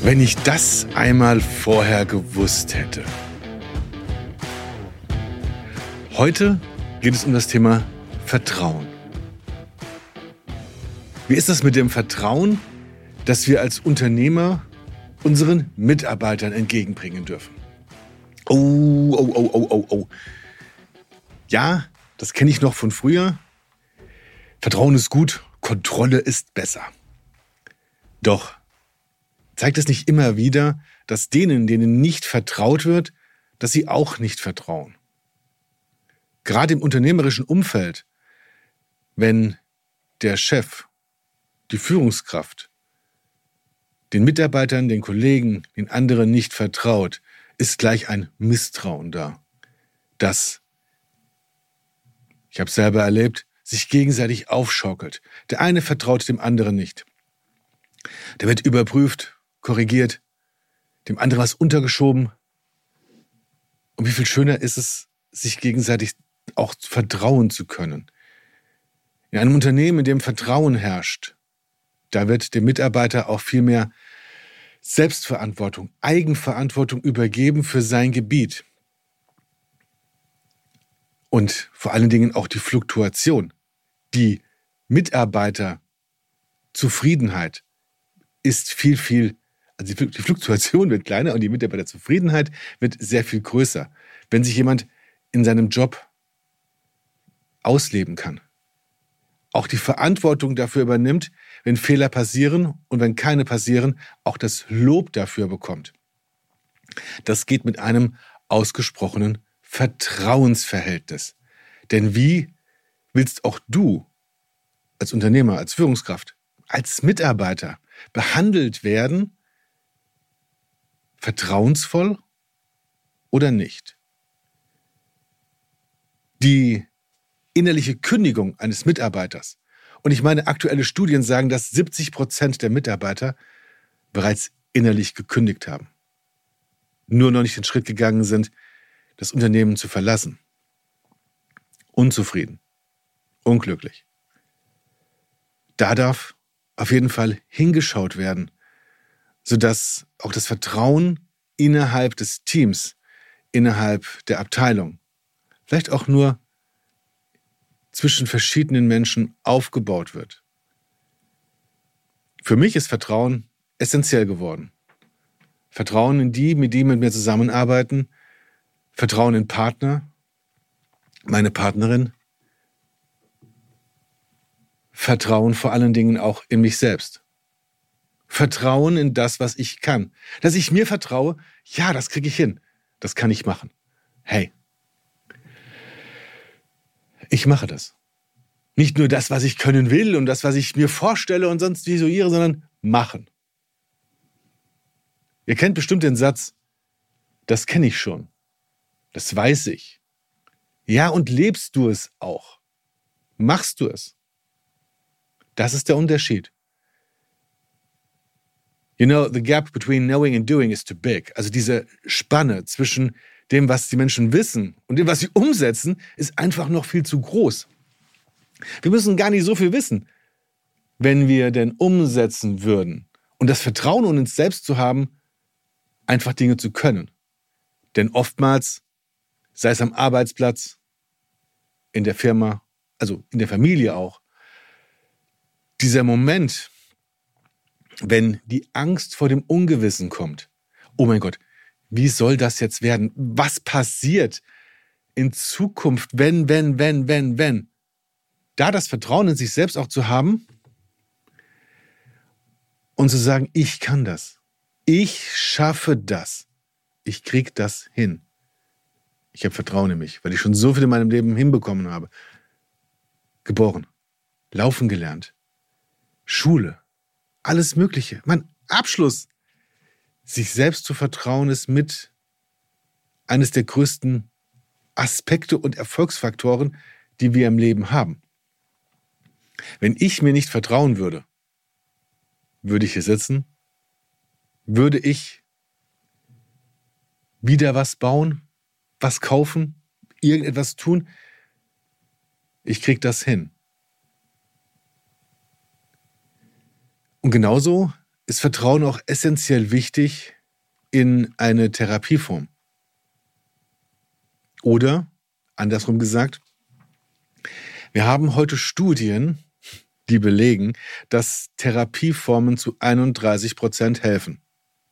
Wenn ich das einmal vorher gewusst hätte. Heute geht es um das Thema Vertrauen. Wie ist das mit dem Vertrauen, das wir als Unternehmer unseren Mitarbeitern entgegenbringen dürfen? Oh. Ja, das kenne ich noch von früher. Vertrauen ist gut, Kontrolle ist besser. Doch zeigt es nicht immer wieder, dass denen nicht vertraut wird, dass sie auch nicht vertrauen? Gerade im unternehmerischen Umfeld, wenn der Chef, die Führungskraft, den Mitarbeitern, den Kollegen, den anderen nicht vertraut, ist gleich ein Misstrauen da. Das, ich habe es selber erlebt, sich gegenseitig aufschaukelt. Der eine vertraut dem anderen nicht. Der wird überprüft, korrigiert, dem anderen was untergeschoben. Und wie viel schöner ist es, sich gegenseitig auch vertrauen zu können. In einem Unternehmen, in dem Vertrauen herrscht, da wird dem Mitarbeiter auch viel mehr Selbstverantwortung, Eigenverantwortung übergeben für sein Gebiet. Und vor allen Dingen auch die Fluktuation, die Mitarbeiterzufriedenheit ist viel, also die Fluktuation wird kleiner und die Mitarbeiterzufriedenheit wird sehr viel größer, wenn sich jemand in seinem Job ausleben kann. Auch die Verantwortung dafür übernimmt, wenn Fehler passieren und wenn keine passieren, auch das Lob dafür bekommt. Das geht mit einem ausgesprochenen Vertrauensverhältnis. Denn wie willst auch du als Unternehmer, als Führungskraft, als Mitarbeiter behandelt werden, vertrauensvoll oder nicht? Die innerliche Kündigung eines Mitarbeiters, und ich meine, aktuelle Studien sagen, dass 70% der Mitarbeiter bereits innerlich gekündigt haben. Nur noch nicht den Schritt gegangen sind, das Unternehmen zu verlassen. Unzufrieden, unglücklich. Da darf auf jeden Fall hingeschaut werden, sodass auch das Vertrauen innerhalb des Teams, innerhalb der Abteilung, vielleicht auch nur zwischen verschiedenen Menschen aufgebaut wird. Für mich ist Vertrauen essentiell geworden. Vertrauen in die mit mir zusammenarbeiten, Vertrauen in Partner, meine Partnerin, Vertrauen vor allen Dingen auch in mich selbst. Vertrauen in das, was ich kann. Dass ich mir vertraue, ja, das kriege ich hin, das kann ich machen. Hey, ich mache das. Nicht nur das, was ich können will und das, was ich mir vorstelle und sonst visuiere, sondern machen. Ihr kennt bestimmt den Satz, das kenne ich schon, das weiß ich. Ja, und lebst du es auch? Machst du es? Das ist der Unterschied. You know, the gap between knowing and doing is too big. Also diese Spanne zwischen dem, was die Menschen wissen und dem, was sie umsetzen, ist einfach noch viel zu groß. Wir müssen gar nicht so viel wissen, wenn wir denn umsetzen würden und das Vertrauen in uns selbst zu haben, einfach Dinge zu können. Denn oftmals, sei es am Arbeitsplatz, in der Firma, also in der Familie auch, dieser Moment, wenn die Angst vor dem Ungewissen kommt, oh mein Gott, wie soll das jetzt werden? Was passiert in Zukunft, wenn? Da das Vertrauen in sich selbst auch zu haben und zu sagen, ich kann das. Ich schaffe das. Ich krieg das hin. Ich habe Vertrauen in mich, weil ich schon so viel in meinem Leben hinbekommen habe. Geboren, laufen gelernt, Schule, alles Mögliche. Mein Abschluss. Sich selbst zu vertrauen ist mit eines der größten Aspekte und Erfolgsfaktoren, die wir im Leben haben. Wenn ich mir nicht vertrauen würde, würde ich hier sitzen, würde ich wieder was bauen, was kaufen, irgendetwas tun. Ich kriege das hin. Und genauso ist Vertrauen auch essentiell wichtig in eine Therapieform. Oder, andersrum gesagt, wir haben heute Studien, die belegen, dass Therapieformen zu 31% helfen.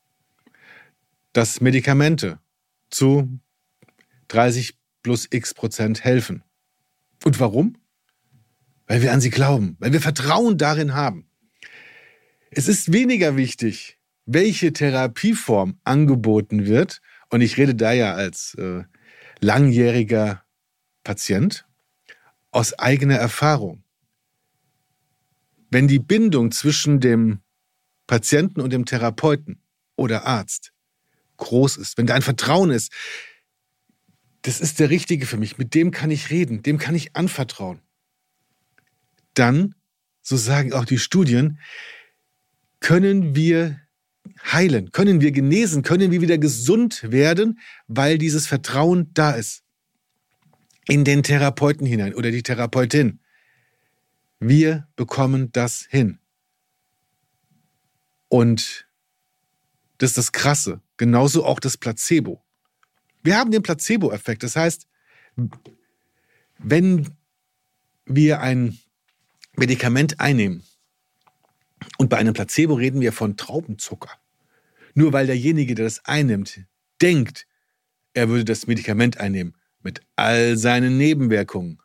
Dass Medikamente zu 30 plus x% helfen. Und warum? Weil wir an sie glauben, weil wir Vertrauen darin haben. Es ist weniger wichtig, welche Therapieform angeboten wird. Und ich rede da ja als langjähriger Patient aus eigener Erfahrung. Wenn die Bindung zwischen dem Patienten und dem Therapeuten oder Arzt groß ist, wenn da ein Vertrauen ist, das ist der Richtige für mich, mit dem kann ich reden, dem kann ich anvertrauen. Dann, so sagen auch die Studien, können wir heilen, können wir genesen, können wir wieder gesund werden, weil dieses Vertrauen da ist. In den Therapeuten hinein oder die Therapeutin. Wir bekommen das hin. Und das ist das Krasse. Genauso auch das Placebo. Wir haben den Placebo-Effekt. Das heißt, wenn wir ein Medikament einnehmen, und bei einem Placebo reden wir von Traubenzucker. Nur weil derjenige, der das einnimmt, denkt, er würde das Medikament einnehmen, mit all seinen Nebenwirkungen,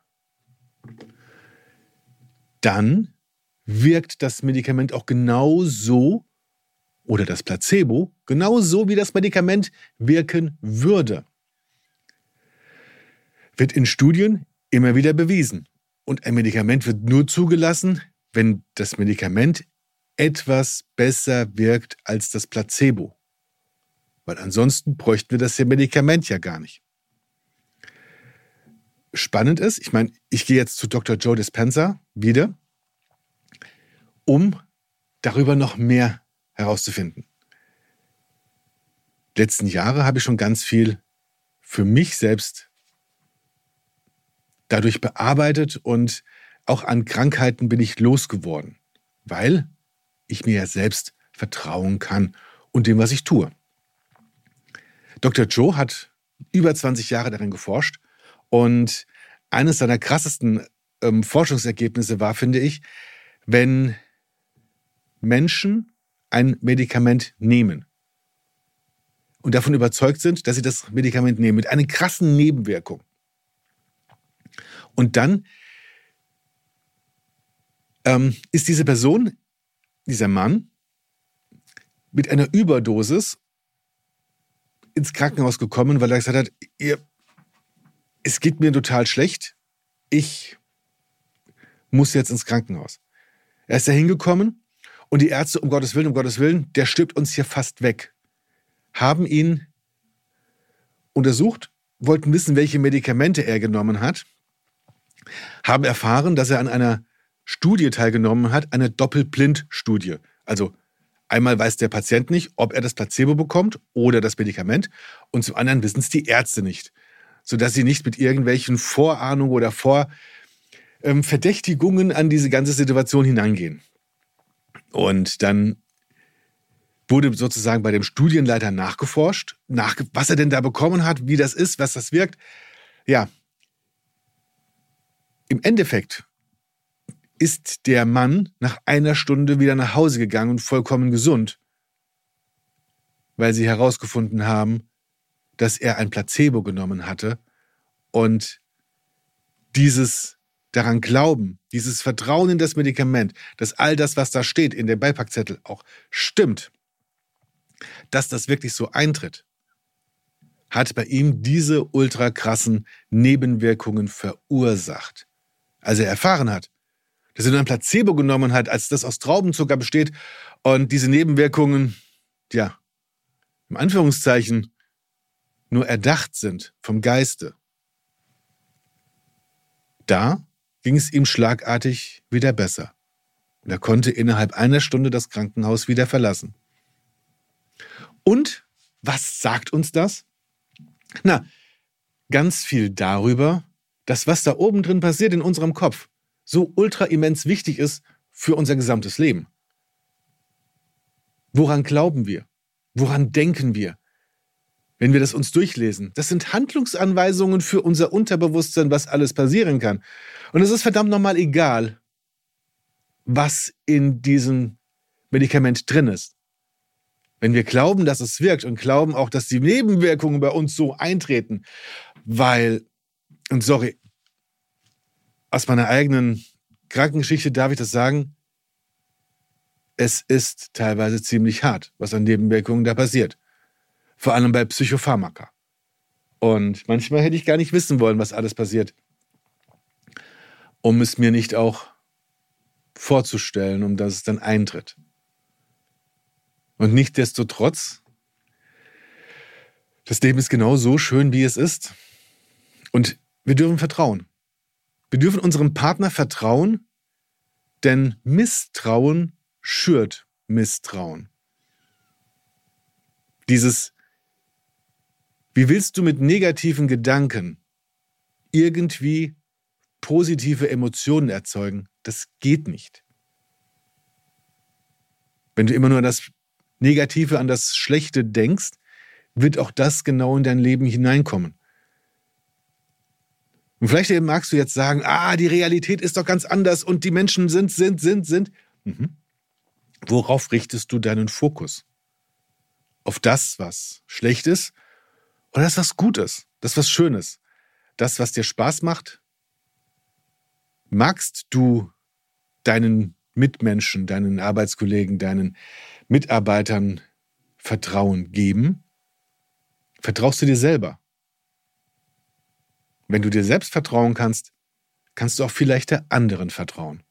dann wirkt das Medikament auch genauso, oder das Placebo, genauso wie das Medikament wirken würde. Wird in Studien immer wieder bewiesen. Und ein Medikament wird nur zugelassen, wenn das Medikament etwas besser wirkt als das Placebo. Weil ansonsten bräuchten wir das Medikament ja gar nicht. Spannend ist, ich gehe jetzt zu Dr. Joe Dispenza wieder, um darüber noch mehr herauszufinden. Die letzten Jahre habe ich schon ganz viel für mich selbst dadurch bearbeitet und auch an Krankheiten bin ich losgeworden, weil ich mir ja selbst vertrauen kann und dem, was ich tue. Dr. Joe hat über 20 Jahre darin geforscht und eines seiner krassesten Forschungsergebnisse war, finde ich, wenn Menschen ein Medikament nehmen und davon überzeugt sind, dass sie das Medikament nehmen, mit einer krassen Nebenwirkung. Und dann ist diese Person, dieser Mann, mit einer Überdosis ins Krankenhaus gekommen, weil er gesagt hat, es geht mir total schlecht, ich muss jetzt ins Krankenhaus. Er ist da hingekommen und die Ärzte, um Gottes Willen, der stirbt uns hier fast weg, haben ihn untersucht, wollten wissen, welche Medikamente er genommen hat, haben erfahren, dass er an einer Studie teilgenommen hat, eine Doppelblindstudie. Also einmal weiß der Patient nicht, ob er das Placebo bekommt oder das Medikament und zum anderen wissen es die Ärzte nicht, sodass sie nicht mit irgendwelchen Vorahnungen oder Verdächtigungen an diese ganze Situation hineingehen. Und dann wurde sozusagen bei dem Studienleiter nachgeforscht, was er denn da bekommen hat, wie das ist, was das wirkt. Ja, im Endeffekt ist der Mann nach einer Stunde wieder nach Hause gegangen und vollkommen gesund, weil sie herausgefunden haben, dass er ein Placebo genommen hatte und dieses daran glauben, dieses Vertrauen in das Medikament, dass all das, was da steht in dem Beipackzettel auch stimmt, dass das wirklich so eintritt, hat bei ihm diese ultra krassen Nebenwirkungen verursacht. Als er erfahren hat, dass er nur ein Placebo genommen hat, als das aus Traubenzucker besteht und diese Nebenwirkungen, ja, im Anführungszeichen, nur erdacht sind vom Geiste. Da ging es ihm schlagartig wieder besser. Und er konnte innerhalb einer Stunde das Krankenhaus wieder verlassen. Und was sagt uns das? Na, ganz viel darüber, dass was da oben drin passiert in unserem Kopf, so ultra immens wichtig ist für unser gesamtes Leben. Woran glauben wir? Woran denken wir? Wenn wir das uns durchlesen, das sind Handlungsanweisungen für unser Unterbewusstsein, was alles passieren kann. Und es ist verdammt nochmal egal, was in diesem Medikament drin ist. Wenn wir glauben, dass es wirkt und glauben auch, dass die Nebenwirkungen bei uns so eintreten, weil, und sorry, aus meiner eigenen Krankengeschichte darf ich das sagen, es ist teilweise ziemlich hart, was an Nebenwirkungen da passiert. Vor allem bei Psychopharmaka. Und manchmal hätte ich gar nicht wissen wollen, was alles passiert, um es mir nicht auch vorzustellen, um dass es dann eintritt. Und nichtsdestotrotz, das Leben ist genau so schön, wie es ist. Und wir dürfen vertrauen. Wir dürfen unserem Partner vertrauen, denn Misstrauen schürt Misstrauen. Wie willst du mit negativen Gedanken irgendwie positive Emotionen erzeugen? Das geht nicht. Wenn du immer nur an das Negative, an das Schlechte denkst, wird auch das genau in dein Leben hineinkommen. Und vielleicht magst du jetzt sagen, die Realität ist doch ganz anders und die Menschen sind. Mhm. Worauf richtest du deinen Fokus? Auf das, was schlecht ist oder das, was gut ist, das, was schön ist, das, was dir Spaß macht? Magst du deinen Mitmenschen, deinen Arbeitskollegen, deinen Mitarbeitern Vertrauen geben? Vertraust du dir selber? Wenn du dir selbst vertrauen kannst, kannst du auch viel leichter anderen vertrauen.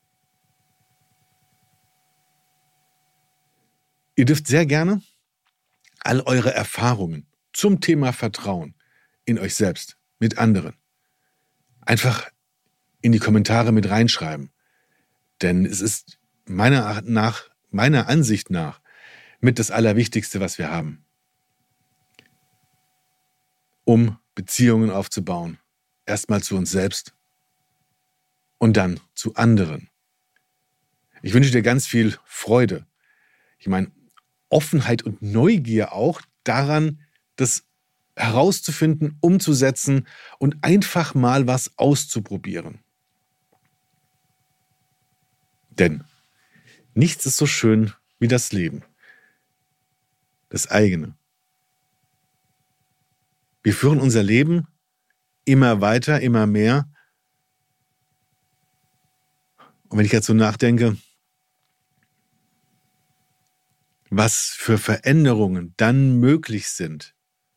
Ihr dürft sehr gerne all eure Erfahrungen zum Thema Vertrauen in euch selbst, mit anderen, einfach in die Kommentare mit reinschreiben. Denn es ist meiner Ansicht nach mit das Allerwichtigste, was wir haben, um Beziehungen aufzubauen. Erstmal zu uns selbst und dann zu anderen. Ich wünsche dir ganz viel Freude. Ich meine, Offenheit und Neugier auch daran, das herauszufinden, umzusetzen und einfach mal was auszuprobieren. Denn nichts ist so schön wie das Leben. Das eigene. Wir führen unser Leben immer weiter, immer mehr. Und wenn ich jetzt so nachdenke, was für Veränderungen dann möglich sind,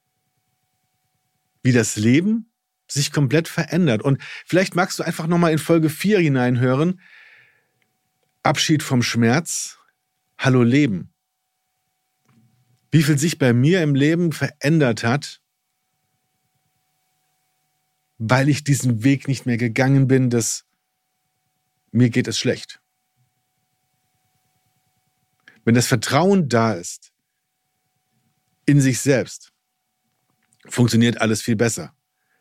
wie das Leben sich komplett verändert. Und vielleicht magst du einfach nochmal in Folge 4 hineinhören. Abschied vom Schmerz, Hallo Leben. Wie viel sich bei mir im Leben verändert hat, weil ich diesen Weg nicht mehr gegangen bin, dass mir geht es schlecht. Wenn das Vertrauen da ist, in sich selbst, funktioniert alles viel besser.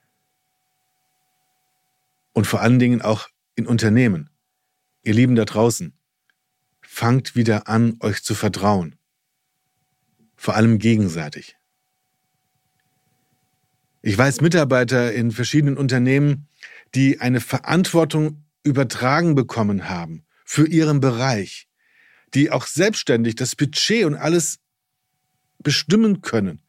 Und vor allen Dingen auch in Unternehmen. Ihr Lieben da draußen, fangt wieder an, euch zu vertrauen. Vor allem gegenseitig. Ich weiß Mitarbeiter in verschiedenen Unternehmen, die eine Verantwortung übertragen bekommen haben für ihren Bereich, die auch selbstständig das Budget und alles bestimmen können,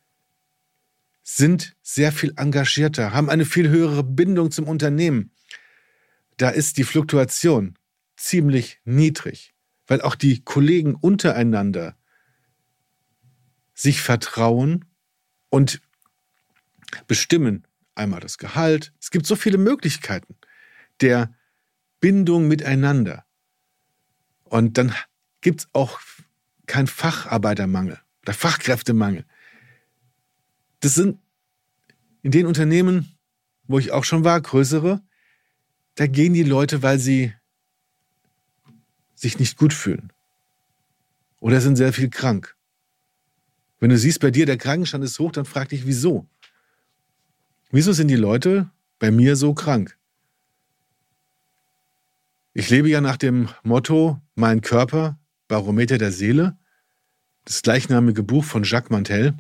sind sehr viel engagierter, haben eine viel höhere Bindung zum Unternehmen. Da ist die Fluktuation ziemlich niedrig, weil auch die Kollegen untereinander sich vertrauen und bestimmen einmal das Gehalt. Es gibt so viele Möglichkeiten der Bindung miteinander. Und dann gibt es auch keinen Facharbeitermangel oder Fachkräftemangel. Das sind in den Unternehmen, wo ich auch schon war, größere, da gehen die Leute, weil sie sich nicht gut fühlen oder sind sehr viel krank. Wenn du siehst, bei dir der Krankenstand ist hoch, dann frag dich, wieso? Wieso sind die Leute bei mir so krank? Ich lebe ja nach dem Motto, mein Körper, Barometer der Seele. das gleichnamige Buch von Jacques Mantel,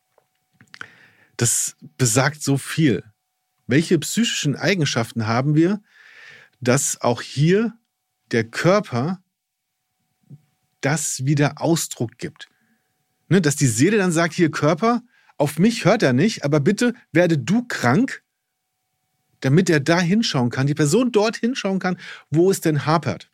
das besagt so viel. Welche psychischen Eigenschaften haben wir, dass auch hier der Körper das wieder Ausdruck gibt? Ne, dass die Seele dann sagt, hier Körper, auf mich hört er nicht, aber bitte werde du krank, damit er da hinschauen kann, die Person dort hinschauen kann, wo es denn hapert.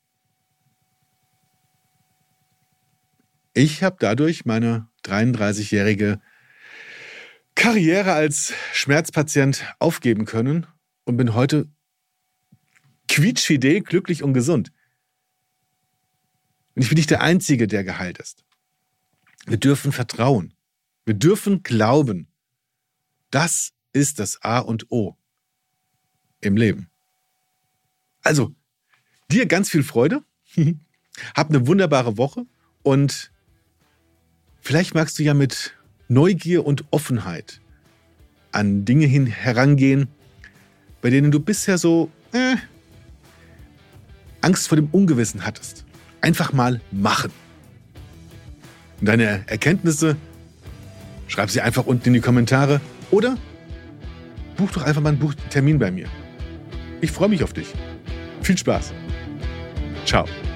Ich habe dadurch meine 33-jährige Karriere als Schmerzpatient aufgeben können und bin heute quietschfidel, glücklich und gesund. Und ich bin nicht der Einzige, der geheilt ist. Wir dürfen vertrauen. Wir dürfen glauben. Das ist das A und O im Leben. Also, dir ganz viel Freude. Hab eine wunderbare Woche und vielleicht magst du ja mit Neugier und Offenheit an Dinge herangehen, bei denen du bisher so Angst vor dem Ungewissen hattest. Einfach mal machen. Und deine Erkenntnisse, schreib sie einfach unten in die Kommentare oder buch doch einfach mal einen Termin bei mir. Ich freue mich auf dich. Viel Spaß. Ciao.